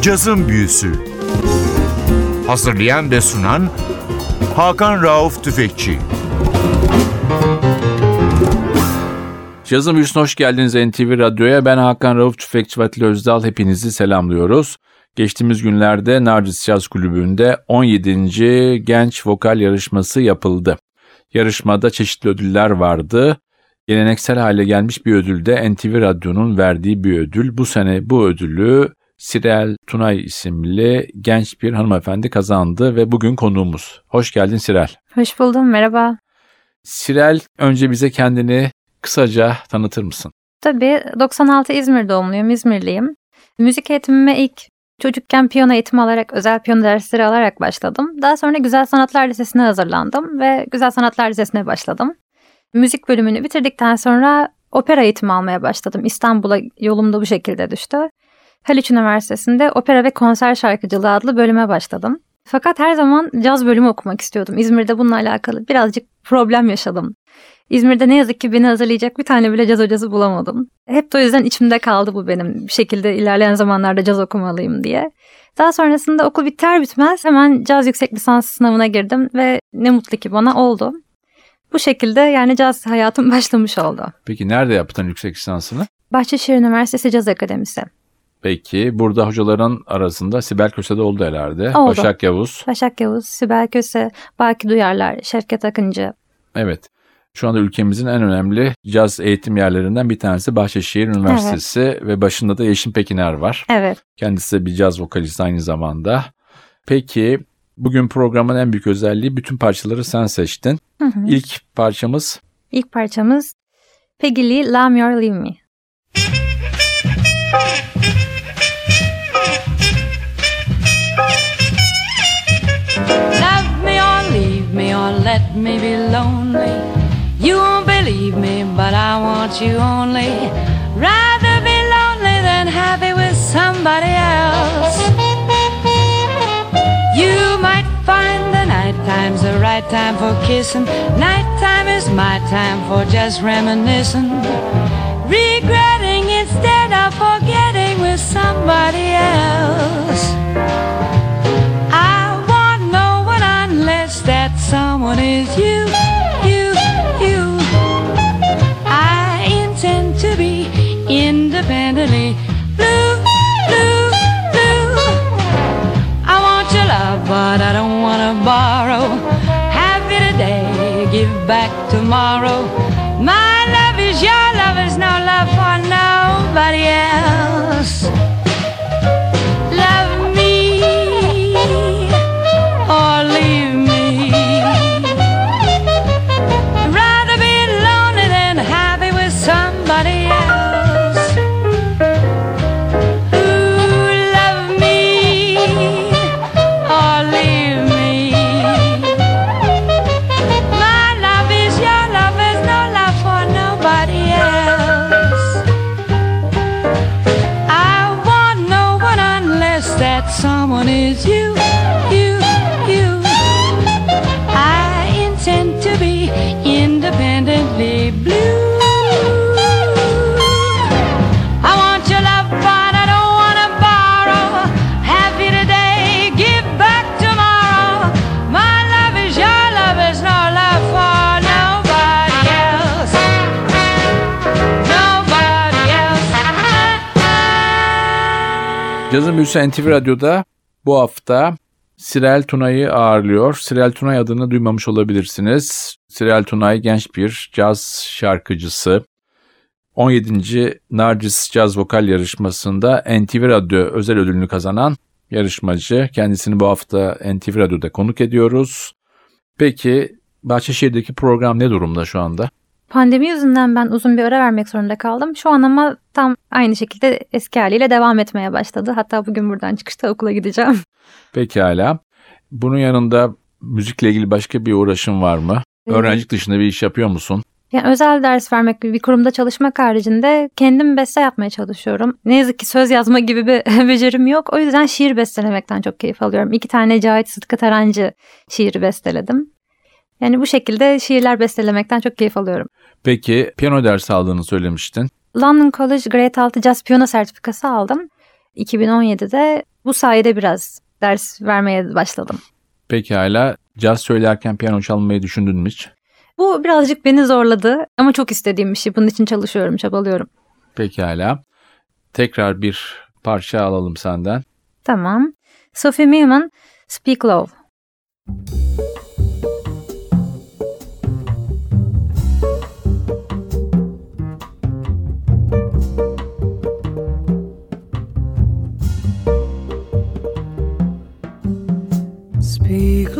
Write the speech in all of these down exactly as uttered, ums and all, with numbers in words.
Cazın Büyüsü. Hazırlayan ve sunan Hakan Rauf Tüfekçi. Cazın Büyüsü'ne hoş geldiniz N T V Radyo'ya. Ben Hakan Rauf Tüfekçi ve Atilla Özdal. Hepinizi selamlıyoruz. Geçtiğimiz günlerde Narcis Jazz Kulübü'nde on yedinci Genç Vokal Yarışması yapıldı. Yarışmada çeşitli ödüller vardı. Geleneksel hale gelmiş bir ödül de N T V Radyo'nun verdiği bir ödül. Bu sene bu ödülü Sirel Tunay isimli genç bir hanımefendi kazandı ve bugün konuğumuz. Hoş geldin Sirel. Hoş buldum, merhaba. Sirel, önce bize kendini kısaca tanıtır mısın? Tabii, doksan altı İzmir doğumluyum, İzmirliyim. Müzik eğitimime ilk çocukken piyano eğitimi alarak, özel piyano dersleri alarak başladım. Daha sonra Güzel Sanatlar Lisesi'ne hazırlandım ve Güzel Sanatlar Lisesi'ne başladım. Müzik bölümünü bitirdikten sonra opera eğitimi almaya başladım. İstanbul'a yolum da bu şekilde düştü. Haliç Üniversitesi'nde opera ve konser şarkıcılığı adlı bölüme başladım. Fakat her zaman caz bölümü okumak istiyordum. İzmir'de bununla alakalı birazcık problem yaşadım. İzmir'de ne yazık ki beni hazırlayacak bir tane bile caz hocası bulamadım. Hep de o yüzden içimde kaldı bu benim. Bir şekilde ilerleyen zamanlarda caz okumalıyım diye. Daha sonrasında okul biter bitmez hemen caz yüksek lisans sınavına girdim ve ne mutlu ki bana oldu. Bu şekilde yani caz hayatım başlamış oldu. Peki nerede yaptın yüksek lisansını? Bahçeşehir Üniversitesi Caz Akademisi. Peki burada hocaların arasında Sibel Köse de oldu herhalde. Oldu. Başak Yavuz. Başak Yavuz, Sibel Köse, Baki Duyarlar, Şevket Akıncı. Evet. Şu anda ülkemizin en önemli caz eğitim yerlerinden bir tanesi Bahçeşehir Üniversitesi, evet. Ve başında da Yeşim Pekiner var. Evet. Kendisi de bir caz vokalisti aynı zamanda. Peki bugün programın en büyük özelliği bütün parçaları sen seçtin. Hı hı. İlk parçamız? İlk parçamız Peggy Lee, Love Me or Leave Me. Love me or leave me or let me be lonely. You won't believe me, but I want you only. Rather be lonely than happy with somebody else. You might find the night time's the right time for kissing. Nighttime is my time for just reminiscing. Regretting instead of forgetting with somebody else. I want no one unless that someone is you, you, you. I intend to be independently blue, blue, blue. I want your love, but I don't want to borrow. Happy today, give back tomorrow. My love is your love, is no love for nobody else. Love me or leave me. Rather be lonely than happy with somebody else. Ooh, love me or leave me. My love is your love, is no love for nobody else. I want no one unless that someone is you, you, you. I intend to be independently blue. I want your love, but I don't want to borrow. Happy today, give back tomorrow. My love is your love, is no love for nobody else. Nobody else. Cazın Büyüsü N T V Radyo'da bu hafta Sirel Tunay'ı ağırlıyor. Sirel Tunay adını duymamış olabilirsiniz. Sirel Tunay genç bir caz şarkıcısı. on yedinci Narcis Jazz Vokal Yarışması'nda N T V Radyo özel ödülünü kazanan yarışmacı. Kendisini bu hafta N T V Radyo'da konuk ediyoruz. Peki Bahçeşehir'deki program ne durumda şu anda? Pandemi yüzünden ben uzun bir ara vermek zorunda kaldım. Şu an ama tam aynı şekilde eski haliyle devam etmeye başladı. Hatta bugün buradan çıkışta okula gideceğim. Pekala. Bunun yanında müzikle ilgili başka bir uğraşın var mı? Evet. Öğrencilik dışında bir iş yapıyor musun? Yani özel ders vermek gibi bir kurumda çalışmak haricinde kendim beste yapmaya çalışıyorum. Ne yazık ki söz yazma gibi bir becerim yok. O yüzden şiir bestelemekten çok keyif alıyorum. İki tane Cahit Sıtkı Tarancı şiiri besteledim. Yani bu şekilde şiirler bestelemekten çok keyif alıyorum. Peki piyano dersi aldığını söylemiştin. London College Grade altı Jazz Piyano sertifikası aldım. iki bin on yedide bu sayede biraz ders vermeye başladım. Pekala. Caz söylerken piyano çalmayı düşündün mü hiç? Bu birazcık beni zorladı ama çok istediğim bir şey. Bunun için çalışıyorum, çabalıyorum. Pekala. Tekrar bir parça alalım senden. Tamam. Sophie Mumin, Speak Love. Speak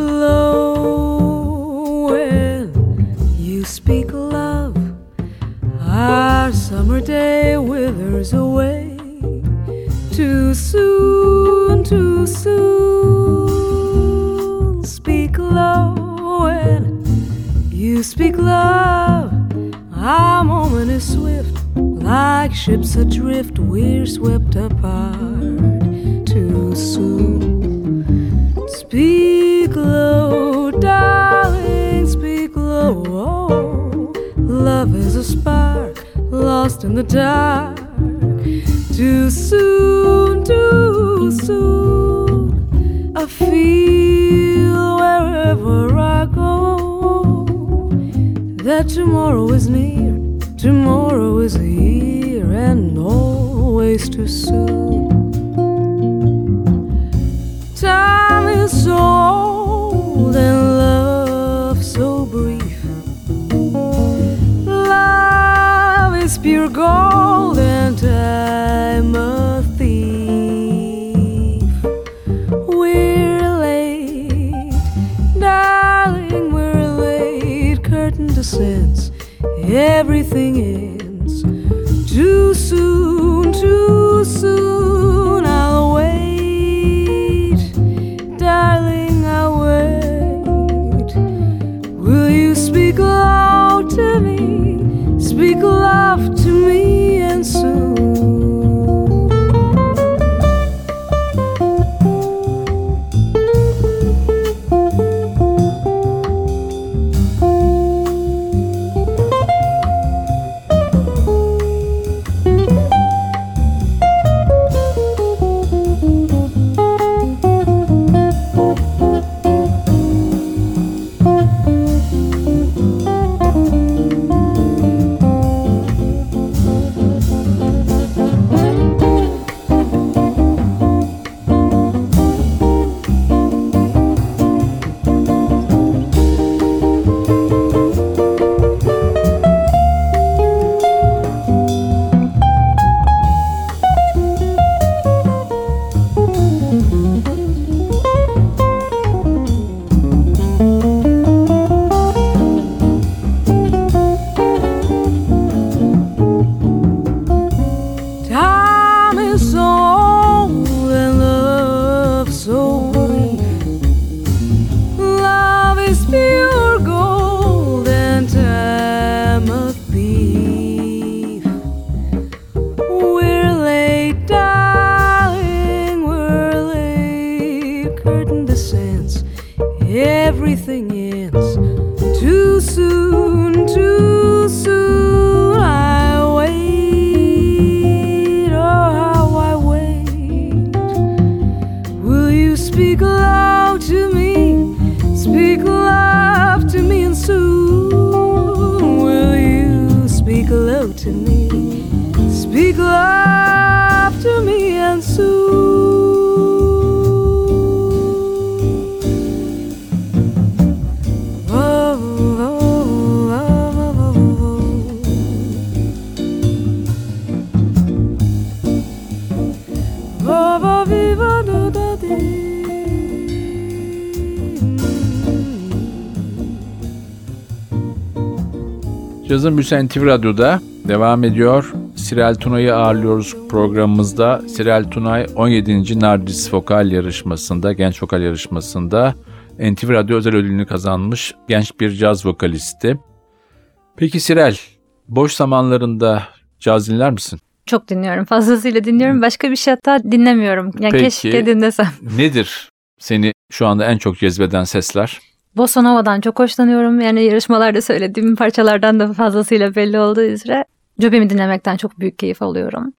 low when you speak love. Our summer day withers away. Too soon, too soon. Speak low when you speak love. Our moment is swift, like ships adrift. We're swept apart too soon. Speak low, darling, speak low. Oh, love is a spark lost in the dark. Too soon, too soon. I feel wherever I go that tomorrow is near, tomorrow is here, and always too soon. Time is so old and love so brief. Love is pure gold and time a thief. We're late, darling, we're late. Curtain descends, everything ends. Too soon, too soon. I'll wait. Darling, I'll wait. Will you speak loud to me? Speak love to me and soon. Everything ends too soon, too soon. I wait, oh how I wait. Will you speak loud to me? Speak love to me and soon. Will you speak low to me? Speak love to me and soon. Cazın Büyüsü N T V Radyo'da devam ediyor. Sirel Tunay'ı ağırlıyoruz programımızda. Sirel Tunay on yedinci Nardis Vokal Yarışması'nda, Genç Vokal Yarışması'nda N T V Radyo özel ödülünü kazanmış genç bir caz vokalisti. Peki Sirel, boş zamanlarında caz dinler misin? Çok dinliyorum. Fazlasıyla dinliyorum. Başka bir şey hatta dinlemiyorum. Yani Peki, keşke dinlesem. Nedir seni şu anda en çok cezbeden sesler? Bossa Nova'dan çok hoşlanıyorum. Yani yarışmalarda söylediğim parçalardan da fazlasıyla belli olduğu üzere Jobim'i dinlemekten çok büyük keyif alıyorum.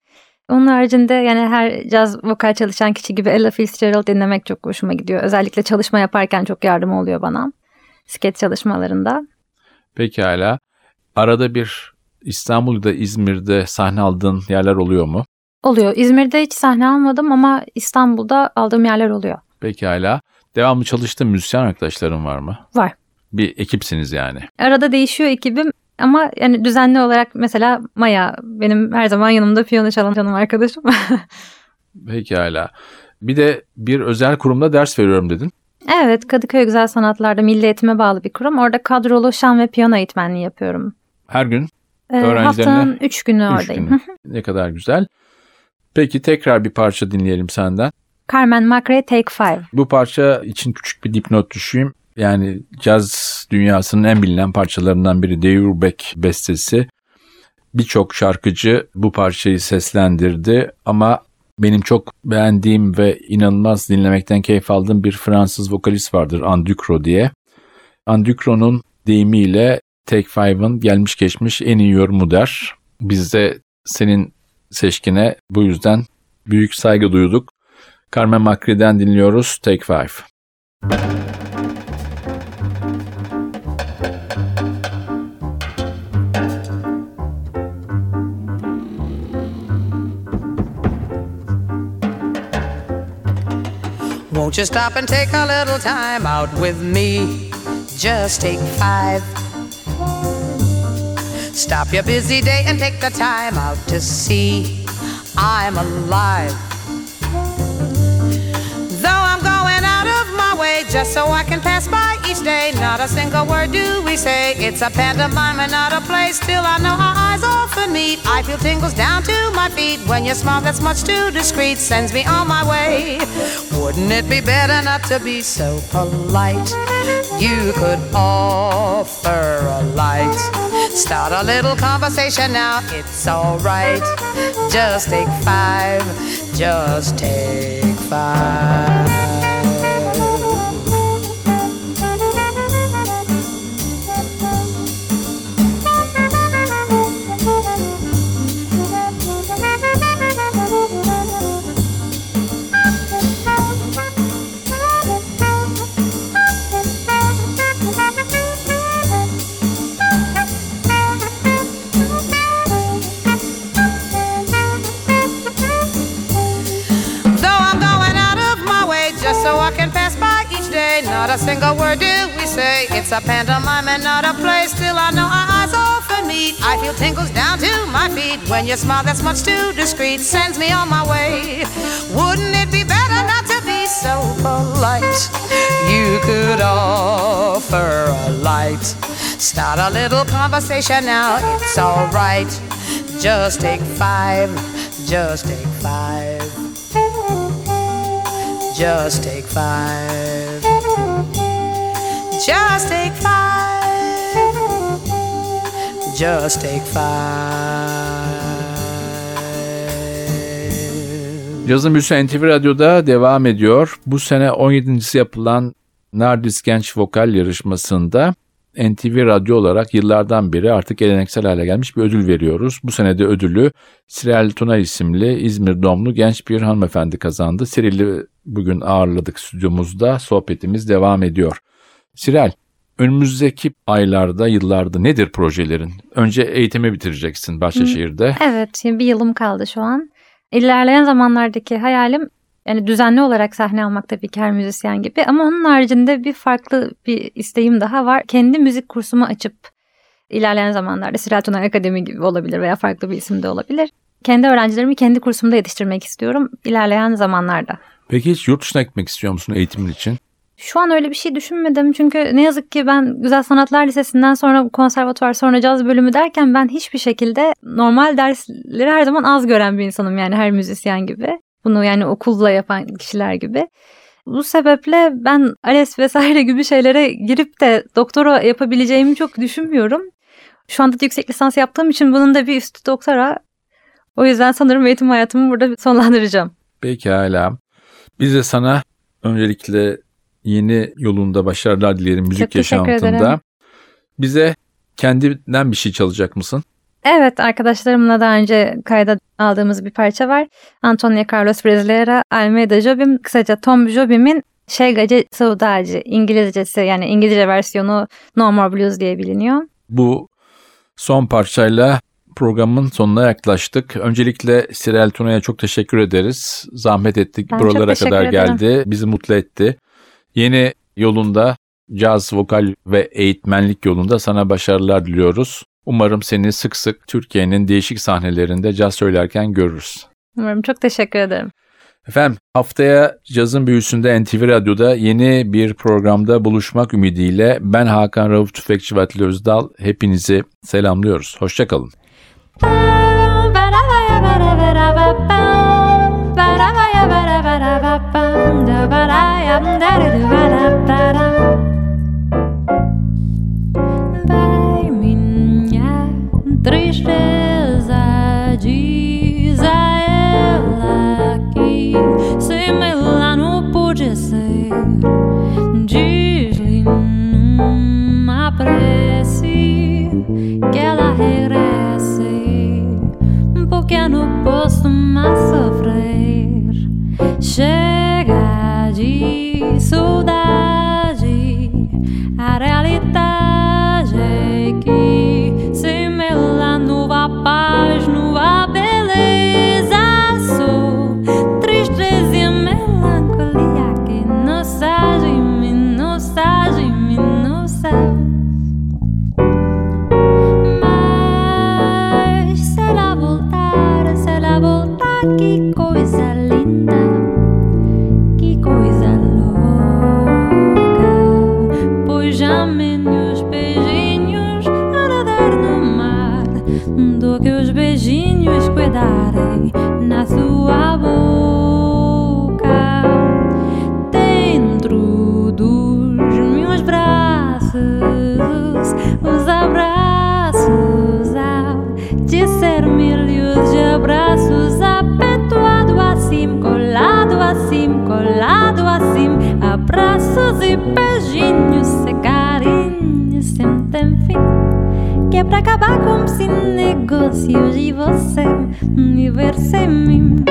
Onun haricinde yani her caz vokal çalışan kişi gibi Ella Fitzgerald dinlemek çok hoşuma gidiyor. Özellikle çalışma yaparken çok yardımı oluyor bana. Skeç çalışmalarında. Pekala. Arada bir İstanbul'da, İzmir'de sahne aldığın yerler oluyor mu? Oluyor. İzmir'de hiç sahne almadım ama İstanbul'da aldığım yerler oluyor. Pekala. Devamlı çalıştığın müzisyen arkadaşların var mı? Var. Bir ekipsiniz yani. Arada değişiyor ekibim ama yani düzenli olarak mesela Maya benim her zaman yanımda piyano çalan canım arkadaşım. Pekala. Bir de bir özel kurumda ders veriyorum dedin. Evet, Kadıköy Güzel Sanatlar'da Milli Eğitim'e bağlı bir kurum. Orada kadrolu şan ve piyano eğitmenliği yapıyorum. Her gün Ee, öğrencilerine haftanın üç günü üç oradayım. günü. Ne kadar güzel. Peki tekrar bir parça dinleyelim senden. Carmen McRae Take Five. Bu parça için küçük bir dipnot düşeyim. Yani caz dünyasının en bilinen parçalarından biri Dave Brubeck bestesi. Birçok şarkıcı bu parçayı seslendirdi ama benim çok beğendiğim ve inanılmaz dinlemekten keyif aldığım bir Fransız vokalist vardır, Anne Ducrot diye. Anne Ducrot'un deyimiyle Take Five'ın gelmiş geçmiş en iyi yorumu der. Biz de senin seçkine bu yüzden büyük saygı duyduk. Carmen McRae'den dinliyoruz Take Five. Won't you stop and take a little time out with me? Just take five. Stop your busy day and take the time out to see I'm alive. Though I'm going out of my way just so I can pass by each day, not a single word do we say. It's a pantomime and not a play. Still I know our eyes often meet. I feel tingles down to my feet when your smile that's much too discreet sends me on my way. Wouldn't it be better not to be so polite? You could offer a light. Start a little conversation now, it's alright. Just take five, just take five. Not a single word do we say. It's a pantomime and not a play. Still I know our eyes often meet. I feel tingles down to my feet when your smile that's much too discreet sends me on my way. Wouldn't it be better not to be so polite? You could offer a light. Start a little conversation now, it's alright. Just take five, just take five. Just take five. Just take five. Just take five. Cazın Büyüsü N T V Radyo'da devam ediyor. Bu sene on yedincisi yapılan Nardis Genç Vokal Yarışması'nda N T V Radyo olarak yıllardan beri artık geleneksel hale gelmiş bir ödül veriyoruz. Bu sene de ödülü Sirel Tuna isimli İzmir doğumlu genç bir hanımefendi kazandı. Siril'i bugün ağırladık stüdyomuzda. Sohbetimiz devam ediyor. Sirel, önümüzdeki aylarda, yıllarda nedir projelerin? Önce eğitimi bitireceksin Bahçeşehir'de. Evet, bir yılım kaldı şu an. İlerleyen zamanlardaki hayalim yani düzenli olarak sahne almak tabii ki her müzisyen gibi ama onun haricinde bir farklı bir isteğim daha var. Kendi müzik kursumu açıp ilerleyen zamanlarda Sirel Tuna Akademi gibi olabilir veya farklı bir isim de olabilir. Kendi öğrencilerimi kendi kursumda yetiştirmek istiyorum ilerleyen zamanlarda. Peki hiç yurt dışına gitmek istiyor musun eğitimin için? Şu an öyle bir şey düşünmedim çünkü ne yazık ki ben Güzel Sanatlar Lisesi'nden sonra konservatuvar sonra caz bölümü derken ben hiçbir şekilde normal dersleri her zaman az gören bir insanım yani her müzisyen gibi. Bunu yani okulla yapan kişiler gibi. Bu sebeple ben ALES vesaire gibi şeylere girip de doktora yapabileceğimi çok düşünmüyorum. Şu anda da yüksek lisans yaptığım için bunun da bir üstü doktora. O yüzden sanırım eğitim hayatımı burada sonlandıracağım. Pekala. Biz de sana öncelikle yeni yolunda başarılar dilerim müzik çok teşekkür yaşantında. ederim. Bize kendinden bir şey çalacak mısın? Evet, arkadaşlarımla daha önce kayda aldığımız bir parça var. Antonio Carlos Brasileira Almeida Jobim, kısaca Tom Jobim'in Chega Saudade, İngilizcesi yani İngilizce versiyonu No More Blues diye biliniyor. Bu son parçayla programın sonuna yaklaştık. Öncelikle Sirel Tuna'ya çok teşekkür ederiz. Zahmet ettik, Ben buralara çok kadar teşekkür ederim. geldi. Bizi mutlu etti. Yeni yolunda, caz, vokal ve eğitmenlik yolunda sana başarılar diliyoruz. Umarım seni sık sık Türkiye'nin değişik sahnelerinde caz söylerken görürüz. Umarım, çok teşekkür ederim. Efendim, haftaya Cazın Büyüsü'nde N T V Radyo'da yeni bir programda buluşmak ümidiyle ben Hakan Rauf Tüfekçi ve Atilla Özdal hepinizi selamlıyoruz. Hoşçakalın. Vai, minha tristeza, diz a ela que sem ela não pude ser. Diz-lhe numa prece que ela regresse, porque eu não posso mais sofrer. Chega de saudade, a realidade é que sem ela não há paz, não há beleza. Sou tristeza e melancolia que não sai de mim, não sai de mim, não sai. Mas se ela voltar, se ela voltar, que coisa linda, que coisa louca. Pois amei os beijinhos a nadar no mar, do que os beijinhos cuidarei na sua boca. Dentro dos meus braços, os abraços ao dizer milhões de abraços, apertado assim, colado assim, colado assim, abraços e beijinhos e carinhos sem ter fim, que é pra acabar com esse negócio de você me ver sem mim.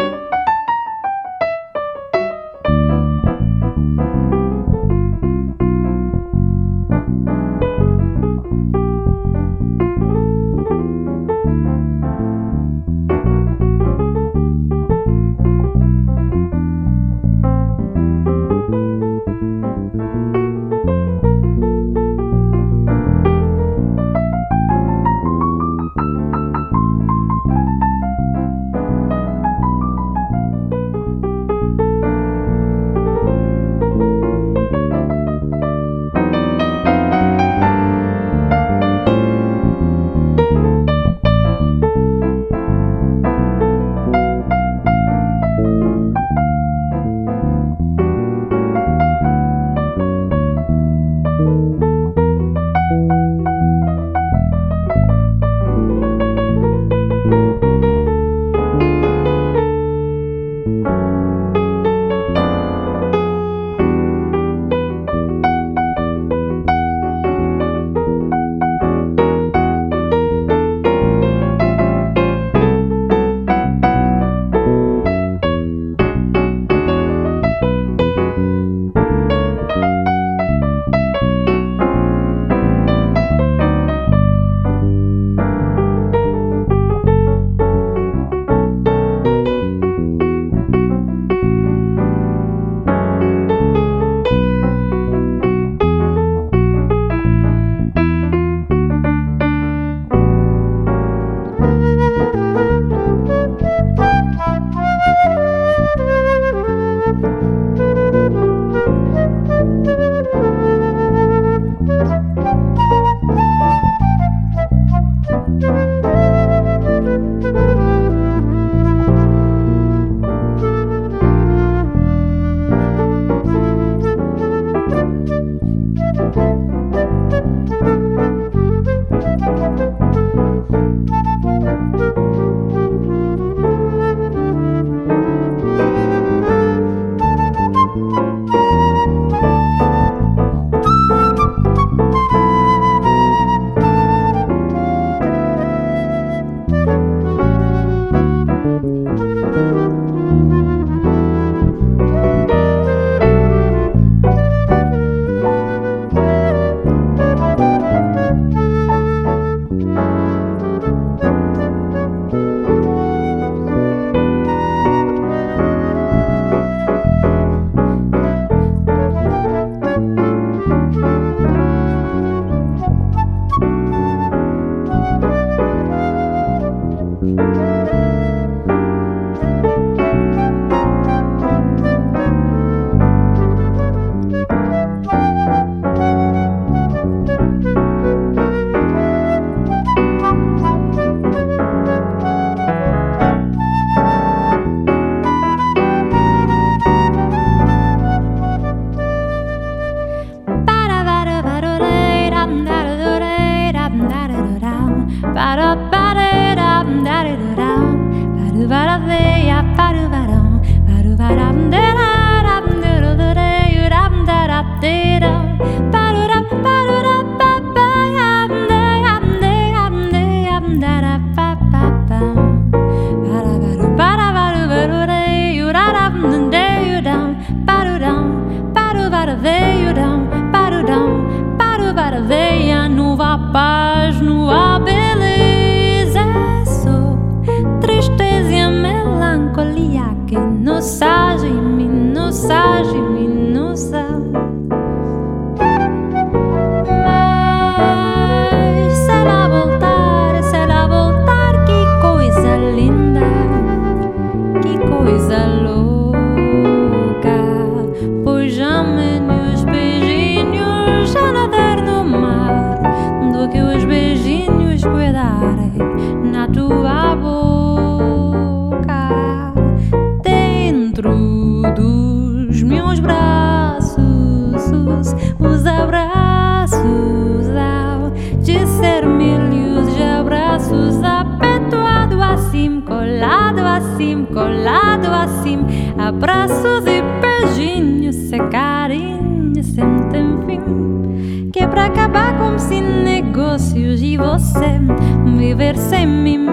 assim. Abraços e beijinhos, é carinho sem tem fim. Que é pra acabar com esse negócios e você viver sem mim.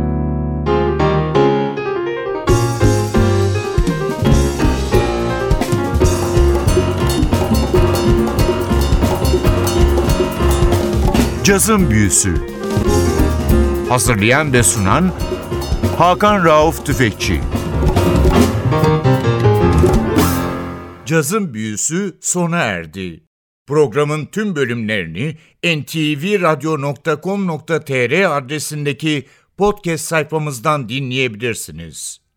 Cazın Büyüsü. Hazırlayan ve sunan Hakan Rauf Tüfekçi. Cazın Büyüsü sona erdi. Programın tüm bölümlerini en ti vi radyo nokta com nokta tr adresindeki podcast sayfamızdan dinleyebilirsiniz.